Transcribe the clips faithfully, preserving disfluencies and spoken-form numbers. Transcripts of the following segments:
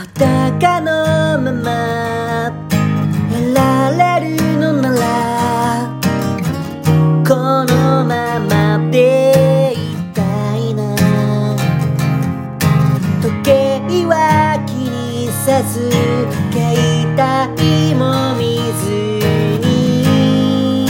裸のままいられるのならこのままでいたいな。時計は気にせず携帯も見ずに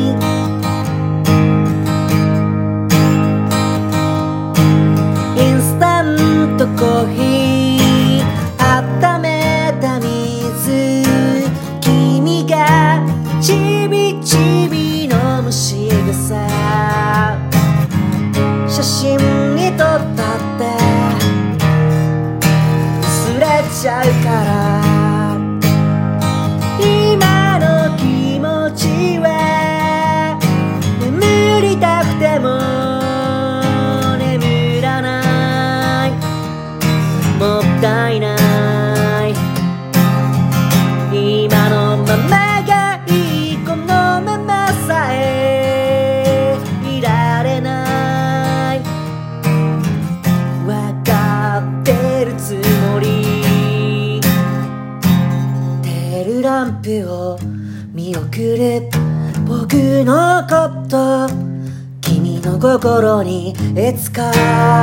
インスタントコーヒー温めた水君がちびちびのむし草写真に撮ったって忘れちゃうから今の気持ちは眠りたくても眠らないもったいない今のままがいいこのままさえいられないわかってるつもりテールランプを見送る僕のこと君の心にいつか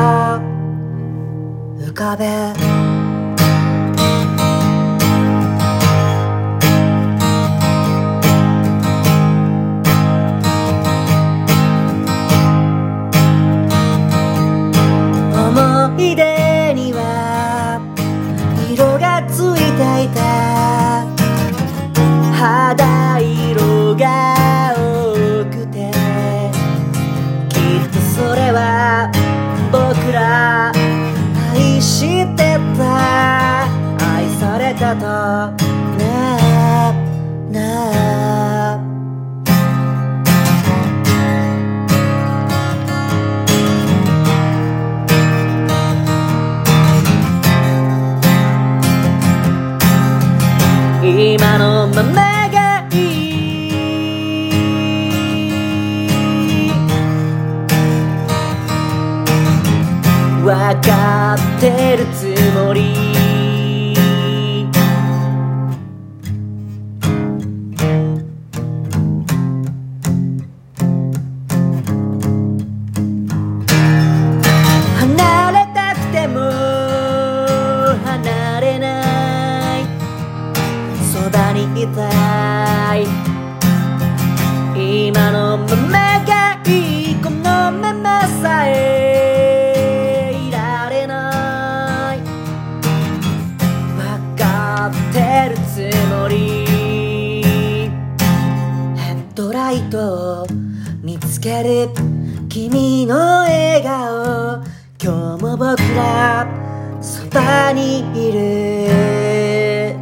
浮かべ思い出には色がついていた肌色が多くてきっとそれは僕ら愛してた愛されたとねえねえ今のままがいいわかってるつもり離れたくても離れないそばにいたい今のままがいいこのままさえいられないわかってるつもりヘッドライトを見つける君の笑顔今日も僕らそばにいる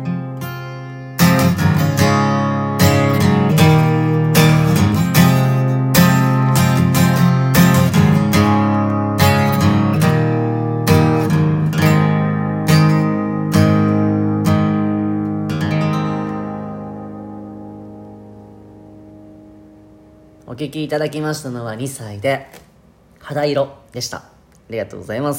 お聴きいただきましたのはにさいで肌色でした。ありがとうございます。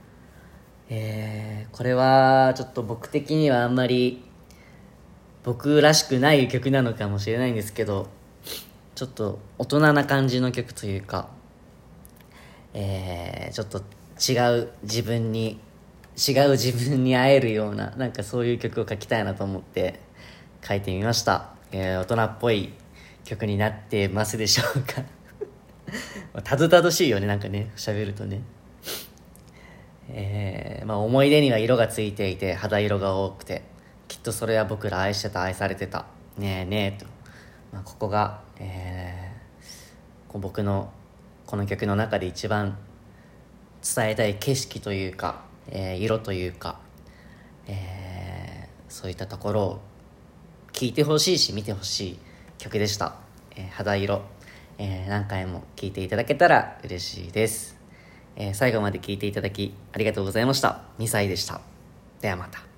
えー、これはちょっと僕的にはあんまり僕らしくない曲なのかもしれないんですけどちょっと大人な感じの曲というか、えー、ちょっと違う自分に違う自分に会えるようななんかそういう曲を書きたいなと思って書いてみました。えー、大人っぽい曲になってますでしょうかたどたどしいよねなんかね喋るとね、えーまあ、思い出には色がついていて肌色が多くてきっとそれは僕ら愛してた愛されてたねえねえと、まあ、ここが、えー、こう僕のこの曲の中で一番伝えたい景色というか、えー、色というか、えー、そういったところを聴いてほしいし見てほしい曲でした。えー、肌色、えー、何回も聴いていただけたら嬉しいです。えー、最後まで聴いていただきありがとうございました。にさいでした。ではまた。